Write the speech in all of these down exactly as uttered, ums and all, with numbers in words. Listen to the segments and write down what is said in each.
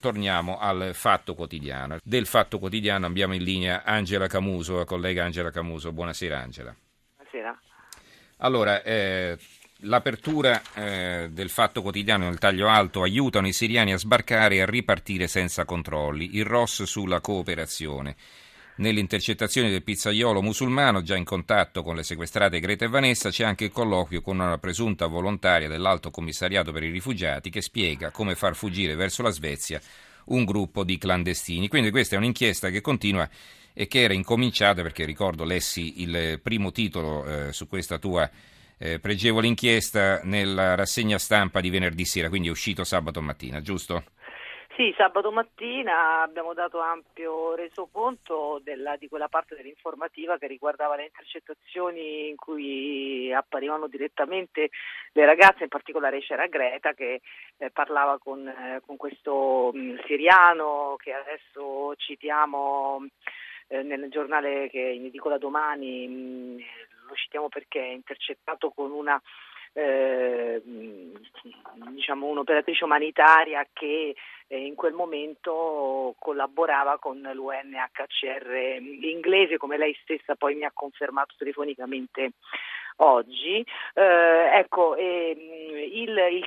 Torniamo al Fatto Quotidiano. Del Fatto Quotidiano abbiamo in linea Angela Camuso, la collega Angela Camuso. Buonasera Angela. Buonasera. Allora, eh, l'apertura eh, del Fatto Quotidiano nel taglio alto: aiutano i siriani a sbarcare e a ripartire senza controlli. Il R O S sulla cooperazione. Nelle intercettazioni del pizzaiolo musulmano, già in contatto con le sequestrate Greta e Vanessa, c'è anche il colloquio con una presunta volontaria dell'Alto Commissariato per i Rifugiati che spiega come far fuggire verso la Svezia un gruppo di clandestini. Quindi questa è un'inchiesta che continua e che era incominciata, perché ricordo lessi il primo titolo eh, su questa tua eh, pregevole inchiesta nella rassegna stampa di venerdì sera, quindi è uscito sabato mattina, giusto? Sì, sabato mattina abbiamo dato ampio resoconto della, di quella parte dell'informativa che riguardava le intercettazioni in cui apparivano direttamente le ragazze, in particolare c'era Greta che eh, parlava con, eh, con questo mh, siriano che adesso citiamo eh, nel giornale che è in edicola domani, mh, lo citiamo perché è intercettato con una Eh, diciamo un'operatrice umanitaria che eh, in quel momento collaborava con l'U N H C R inglese, come lei stessa poi mi ha confermato telefonicamente oggi. Eh, ecco, eh, il, il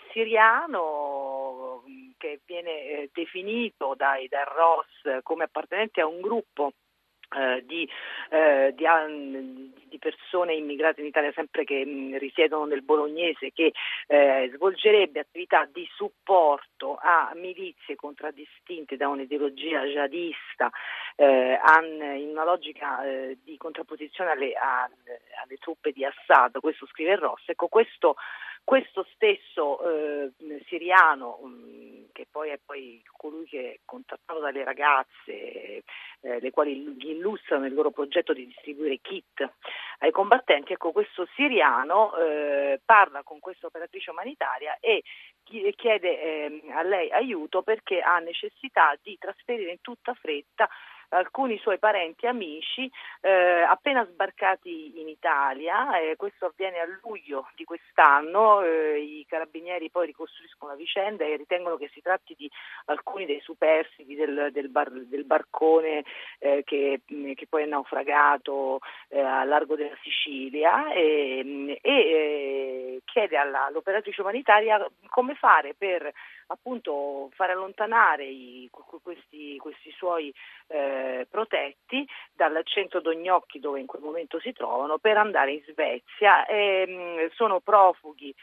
siriano che viene eh, definito dai, dal R O S come appartenente a un gruppo Eh, di, eh, di, di persone immigrate in Italia, sempre che mh, risiedono nel bolognese, che eh, svolgerebbe attività di supporto a milizie contraddistinte da un'ideologia jihadista eh, an, in una logica eh, di contrapposizione alle, a, alle truppe di Assad. Questo scrive il R O S. Ecco, questo Questo stesso eh, siriano, mh, che poi è poi colui che è contattato dalle ragazze, eh, le quali gli illustrano il loro progetto di distribuire kit ai combattenti, ecco, questo siriano eh, parla con questa operatrice umanitaria e chiede eh, a lei aiuto perché ha necessità di trasferire in tutta fretta alcuni suoi parenti e amici eh, appena sbarcati in Italia. Eh, questo avviene a luglio di quest'anno. Eh, i carabinieri poi ricostruiscono la vicenda e ritengono che si tratti di alcuni dei superstiti del, del, bar, del barcone eh, che, che poi è naufragato eh, a largo della Sicilia e, e eh, chiede alla, all'operatrice umanitaria come fare per appunto fare allontanare i, questi, questi suoi eh, protetti dal centro d'Ognocchi, dove in quel momento si trovano, per andare in Svezia. E, mh, sono profughi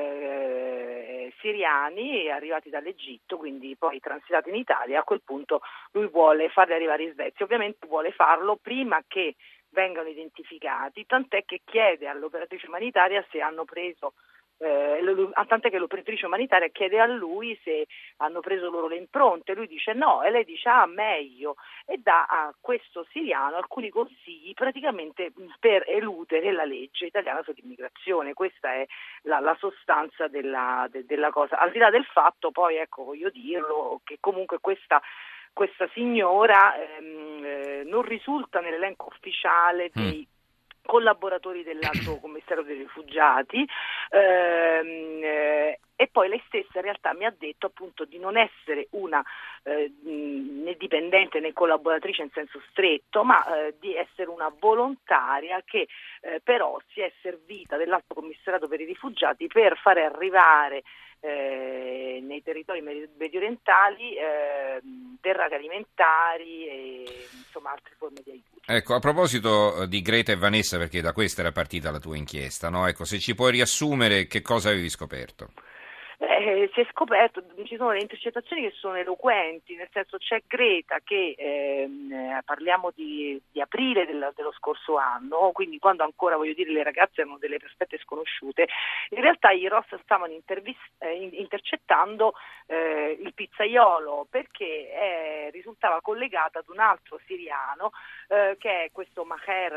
eh, siriani arrivati dall'Egitto, quindi poi transitati in Italia. A quel punto lui vuole farli arrivare in Svezia, ovviamente vuole farlo prima che vengano identificati, tant'è che chiede all'operatrice umanitaria se hanno preso Eh, tant'è che l'operatrice umanitaria chiede a lui se hanno preso loro le impronte, lui dice no e lei dice ah meglio, e dà a questo siriano alcuni consigli praticamente per eludere la legge italiana sull'immigrazione. Questa è la, la sostanza della, de, della cosa, al di là del fatto poi, ecco, voglio dirlo, che comunque questa questa signora ehm, eh, non risulta nell'elenco ufficiale dei mm. collaboratori dell'Alto Commissario dei Rifugiati ehm, eh, e poi lei stessa in realtà mi ha detto appunto di non essere una eh, né dipendente né collaboratrice in senso stretto, ma eh, di essere una volontaria che eh, però si è servita dell'Alto Commissariato per i Rifugiati per fare arrivare Eh, nei territori mediorientali eh, derrate alimentari e insomma altre forme di aiuti. Ecco, a proposito di Greta e Vanessa, perché da questa era partita la tua inchiesta, no? Ecco, se ci puoi riassumere che cosa avevi scoperto? Eh, si è scoperto, ci sono le intercettazioni che sono eloquenti, nel senso c'è Greta che ehm, eh, parliamo di, di aprile del, dello scorso anno, quindi quando ancora, voglio dire, le ragazze erano delle perfette sconosciute. In realtà i R O S stavano intervist- eh, intercettando eh, il pizzaiolo perché eh, risultava collegata ad un altro siriano eh, che è questo Maher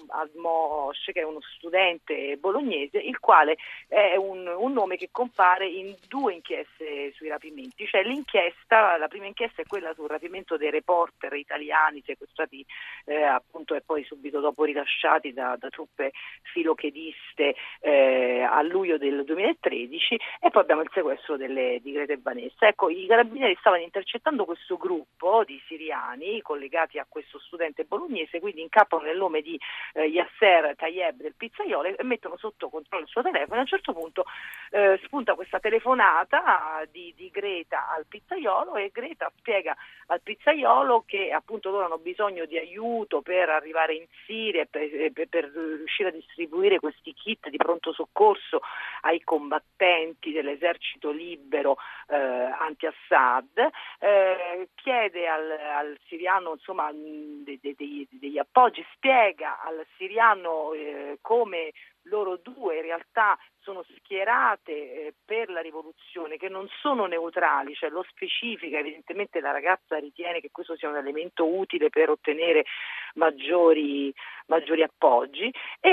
Al-Mosh, che è uno studente bolognese, il quale è un, un nome che compare in due inchieste sui rapimenti. Cioè l'inchiesta, la prima inchiesta è quella sul rapimento dei reporter italiani sequestrati eh, appunto e poi subito dopo rilasciati da, da truppe filochediste eh, a luglio del duemilatredici, e poi abbiamo il sequestro delle, di Greta e Vanessa. Ecco, i carabinieri stavano intercettando questo gruppo di siriani collegati a questo studente bolognese, quindi incappano nel nome di eh, Yasser Tayeb del pizzaiolo e mettono sotto controllo il suo telefono. A un certo punto eh, spunta questa telefonata di, di Greta al pizzaiolo, e Greta spiega al pizzaiolo che appunto loro hanno bisogno di aiuto per arrivare in Siria, per, per, per riuscire a distribuire questi kit di pronto soccorso ai combattenti dell'esercito libero eh, anti-Assad. Eh, chiede al, al siriano insomma de, de, de, degli appoggi, spiega al siriano eh, come loro due in realtà sono schierate eh, per la rivoluzione, che non sono neutrali, cioè lo specifica. Evidentemente la ragazza ritiene che questo sia un elemento utile per ottenere maggiori, maggiori appoggi,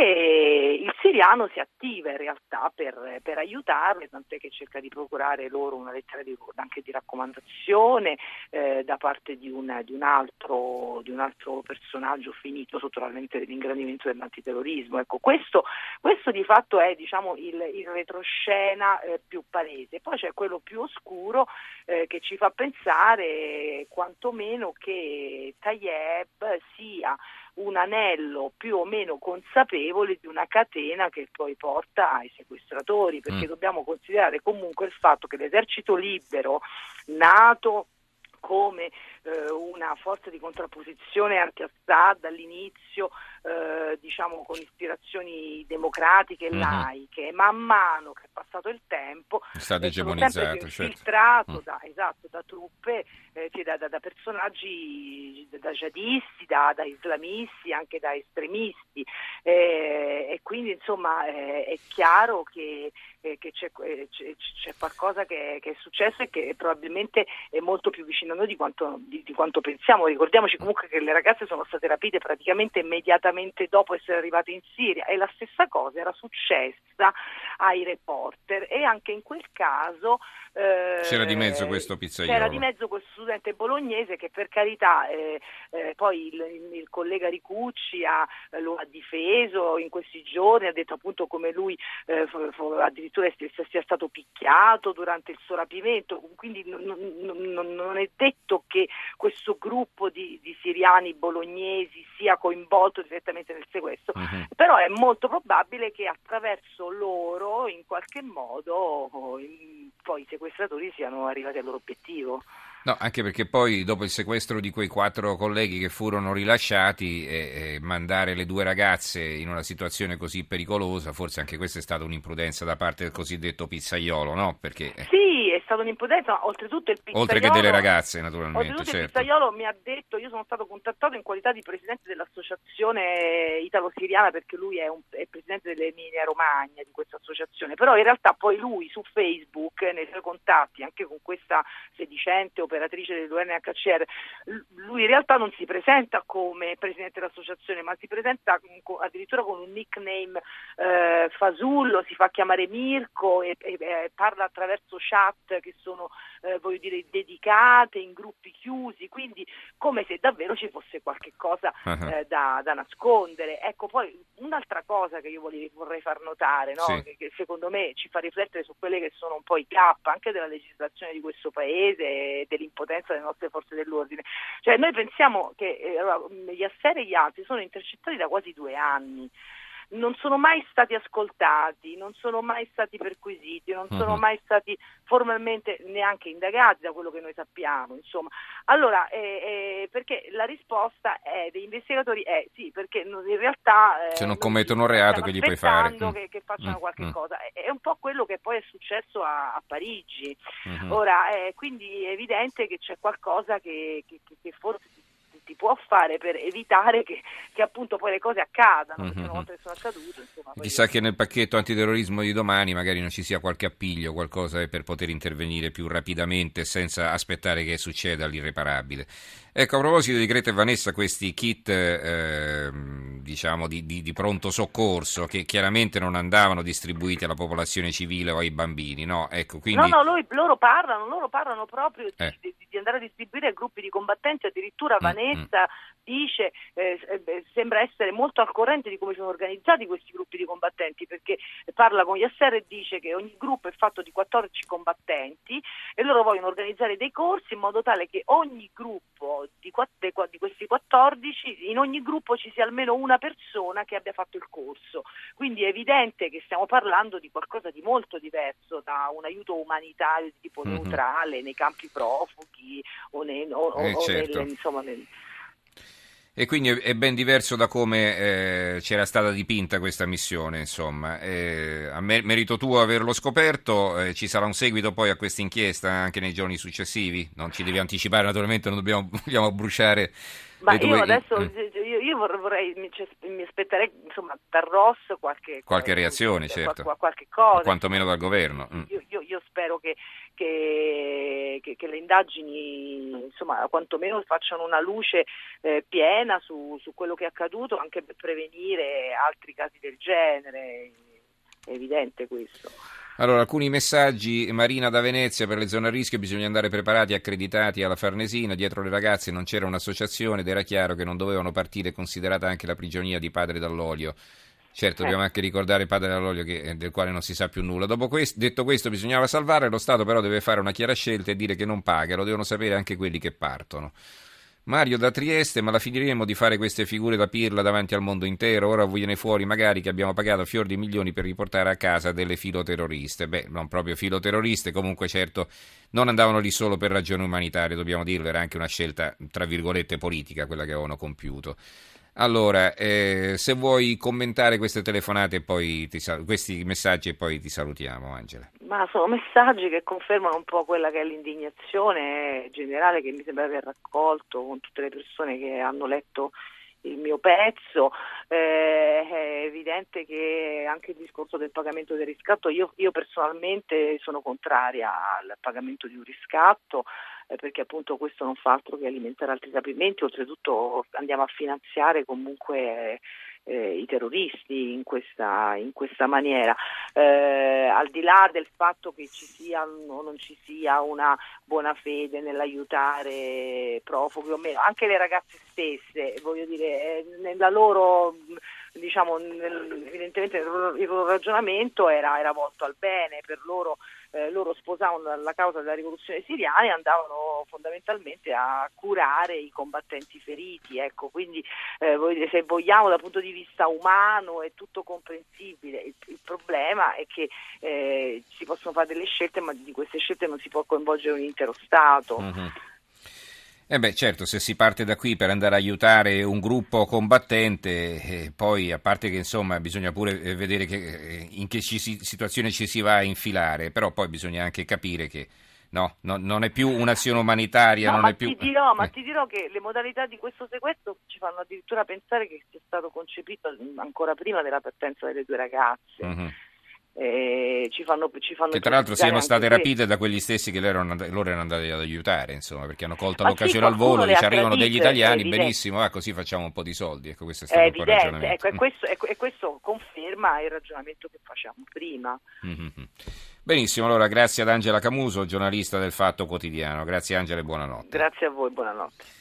e il siriano si attiva in realtà per, per aiutarle, tant'è che cerca di procurare loro una lettera di, anche di raccomandazione eh, da parte di un, di, un altro, di un altro personaggio finito sotto la lente dell'ingrandimento dell'antiterrorismo. Ecco, questo, questo di fatto è, diciamo, il il retroscena eh, più palese. Poi c'è quello più oscuro eh, che ci fa pensare quantomeno che Tayeb sia un anello più o meno consapevole di una catena che poi porta ai sequestratori, perché mm. dobbiamo considerare comunque il fatto che l'esercito libero, nato come eh, una forza di contrapposizione anti-Assad all'inizio, eh, diciamo con ispirazioni democratiche e mm-hmm. laiche, man mano che è passato il tempo è stato egemonizzato, infiltrato certo. da, esatto, da truppe, eh, cioè da, da, da personaggi, da jihadisti, da, da islamisti, anche da estremisti, eh, e quindi insomma eh, è chiaro che, eh, che c'è, eh, c'è, c'è qualcosa che, che è successo e che probabilmente è molto più vicino a noi di quanto, di, di quanto pensiamo. Ricordiamoci comunque che le ragazze sono state rapite praticamente immediatamente dopo essere arrivate in Siria, e la stessa cosa era successa ai reporter, e anche in quel caso eh, c'era di mezzo questo pizzaiolo, c'era di mezzo questo studente bolognese che, per carità, eh, eh, poi il, il, il collega Ricucci ha, lo ha difeso in questi giorni, ha detto appunto come lui eh, f- f- addirittura sia stato picchiato durante il suo rapimento, quindi non, non, non è detto che questo gruppo di, di siriani bolognesi sia coinvolto direttamente nel sequestro, uh-huh. però è molto probabile che attraverso loro in qualche modo in, poi i sequestratori siano arrivati al loro obiettivo. No, anche perché poi dopo il sequestro di quei quattro colleghi che furono rilasciati, eh, eh, mandare le due ragazze in una situazione così pericolosa, forse anche questa è stata un'imprudenza da parte del cosiddetto pizzaiolo, no? Perché, eh... Sì, è stata un'imprudenza, ma oltretutto il pizzaiolo... Oltre che delle ragazze, naturalmente, oltretutto certo. Il pizzaiolo mi ha detto, io sono stato contattato in qualità di presidente dell'associazione italo-siriana, perché lui è, un, è presidente dell'Emilia Romagna di questa associazione, però in realtà poi lui su Facebook, nei suoi contatti, anche con questa sedicente operatrice dell'U N H C R, lui in realtà non si presenta come presidente dell'associazione, ma si presenta addirittura con un nickname eh, fasullo, si fa chiamare Mirko e, e, e parla attraverso chat che sono eh, voglio dire dedicate in gruppi chiusi, quindi come se davvero ci fosse qualche cosa uh-huh. eh, da, da nascondere. Ecco, poi un'altra cosa che io vorrei, vorrei far notare, no? Sì. che, che secondo me ci fa riflettere su quelle che sono un po' i gap anche della legislazione di questo paese e dell'impotenza delle nostre forze dell'ordine. Cioè noi pensiamo che eh, Yasser e gli altri sono intercettati da quasi due anni, non sono mai stati ascoltati, non sono mai stati perquisiti, non sono uh-huh. mai stati formalmente neanche indagati, da quello che noi sappiamo, insomma. Allora, eh, eh, perché la risposta è degli investigatori è sì, perché in realtà eh, se non commettono reato che gli puoi fare? Che, che facciano mm. qualche mm. cosa. È un po' quello che poi è successo a, a Parigi. Mm-hmm. Ora, eh, quindi è evidente che c'è qualcosa che, che, che forse si può fare per evitare che, che appunto poi le cose accadano, perché una volta che sono accadute, insomma, poi... Chissà che nel pacchetto antiterrorismo di domani magari non ci sia qualche appiglio, qualcosa per poter intervenire più rapidamente senza aspettare che succeda l'irreparabile. Ecco, a proposito di Greta e Vanessa, questi kit eh, diciamo di, di, di pronto soccorso che chiaramente non andavano distribuiti alla popolazione civile o ai bambini, no? Ecco, No, quindi... no, loro, loro parlano, loro parlano proprio Eh. di, di, di andare a distribuire a gruppi di combattenti, addirittura Mm, Vanessa dice, eh, eh, sembra essere molto al corrente di come sono organizzati questi gruppi di combattenti, perché parla con Yasser e dice che ogni gruppo è fatto di quattordici combattenti e loro vogliono organizzare dei corsi in modo tale che ogni gruppo di, di questi quattordici, in ogni gruppo ci sia almeno una persona che abbia fatto il corso, quindi è evidente che stiamo parlando di qualcosa di molto diverso da un aiuto umanitario di tipo mm-hmm. neutrale nei campi profughi o, nei, o, eh, o certo. nel, insomma nel... E quindi è ben diverso da come eh, c'era stata dipinta questa missione, insomma. Eh, a me, merito tuo averlo scoperto, eh, ci sarà un seguito poi a questa inchiesta anche nei giorni successivi? Non ci devi anticipare, naturalmente non dobbiamo, dobbiamo bruciare Ma le tue... io adesso Mm. io, io vorrei, mi, mi aspetterei insomma dal Ross qualche, Qualche reazione, certo. qualche, qualche cosa. O quantomeno dal governo. Mm. Io, io, io spero che, che, che, che le indagini insomma quantomeno facciano una luce eh, piena su, su quello che è accaduto, anche per prevenire altri casi del genere, è evidente questo. Allora, alcuni messaggi. Marina da Venezia: per le zone a rischio bisogna andare preparati e accreditati alla Farnesina, dietro le ragazze non c'era un'associazione ed era chiaro che non dovevano partire, considerata anche la prigionia di Padre Dall'Olio. Certo, eh. dobbiamo anche ricordare Padre Dall'Olio che, del quale non si sa più nulla. Dopo questo, detto questo, bisognava salvare, lo Stato però deve fare una chiara scelta e dire che non paga, lo devono sapere anche quelli che partono. Mario da Trieste: ma la finiremo di fare queste figure da pirla davanti al mondo intero? Ora viene fuori magari che abbiamo pagato fior di milioni per riportare a casa delle filoterroriste. Beh, non proprio filoterroriste, comunque certo non andavano lì solo per ragioni umanitarie, dobbiamo dirlo, era anche una scelta tra virgolette politica quella che avevano compiuto. Allora, eh, se vuoi commentare queste telefonate e poi ti sal- questi messaggi e poi ti salutiamo, Angela. Ma sono messaggi che confermano un po' quella che è l'indignazione generale che mi sembra aver raccolto con tutte le persone che hanno letto il mio pezzo. Eh, è evidente che anche il discorso del pagamento del riscatto, io, io personalmente sono contraria al pagamento di un riscatto, eh, perché appunto questo non fa altro che alimentare altri rapimenti, oltretutto andiamo a finanziare comunque eh, i terroristi in questa, in questa maniera. Eh, al di là del fatto che ci sia o non ci sia una buona fede nell'aiutare profughi o meno, anche le ragazze stesse, voglio dire, nella loro, diciamo, nel, evidentemente il loro, il loro ragionamento era, era volto al bene, per loro eh, loro sposavano la causa della rivoluzione siriana e andavano fondamentalmente a curare i combattenti feriti, ecco, quindi eh, voglio dire, se vogliamo dal punto di vista umano è tutto comprensibile, il, il problema è che eh, si possono fare delle scelte, ma di queste scelte non si può coinvolgere un intero Stato. Mm-hmm. Eh beh, certo, se si parte da qui per andare a aiutare un gruppo combattente, eh, poi a parte che insomma bisogna pure vedere che, eh, in che ci si, situazione ci si va a infilare, però poi bisogna anche capire che no, no non è più un'azione umanitaria, no, non ma è più... Ti dirò, ma eh. ti dirò che le modalità di questo sequestro ci fanno addirittura pensare che sia stato concepito ancora prima della partenza delle due ragazze. Mm-hmm. Eh, ci fanno, ci fanno che tra l'altro siano state che... rapite da quegli stessi che loro erano, andati, loro erano andati ad aiutare, insomma, perché hanno colto Ma l'occasione sì, al volo, dice arrivano degli italiani, evidente. benissimo, ah, così facciamo un po' di soldi, ecco, questo è stato è un po' il evidente, ragionamento. ecco, e, questo, e questo conferma il ragionamento che facciamo prima. Mm-hmm. Benissimo, allora grazie ad Angela Camuso, giornalista del Fatto Quotidiano. Grazie Angela e buonanotte. Grazie a voi, buonanotte.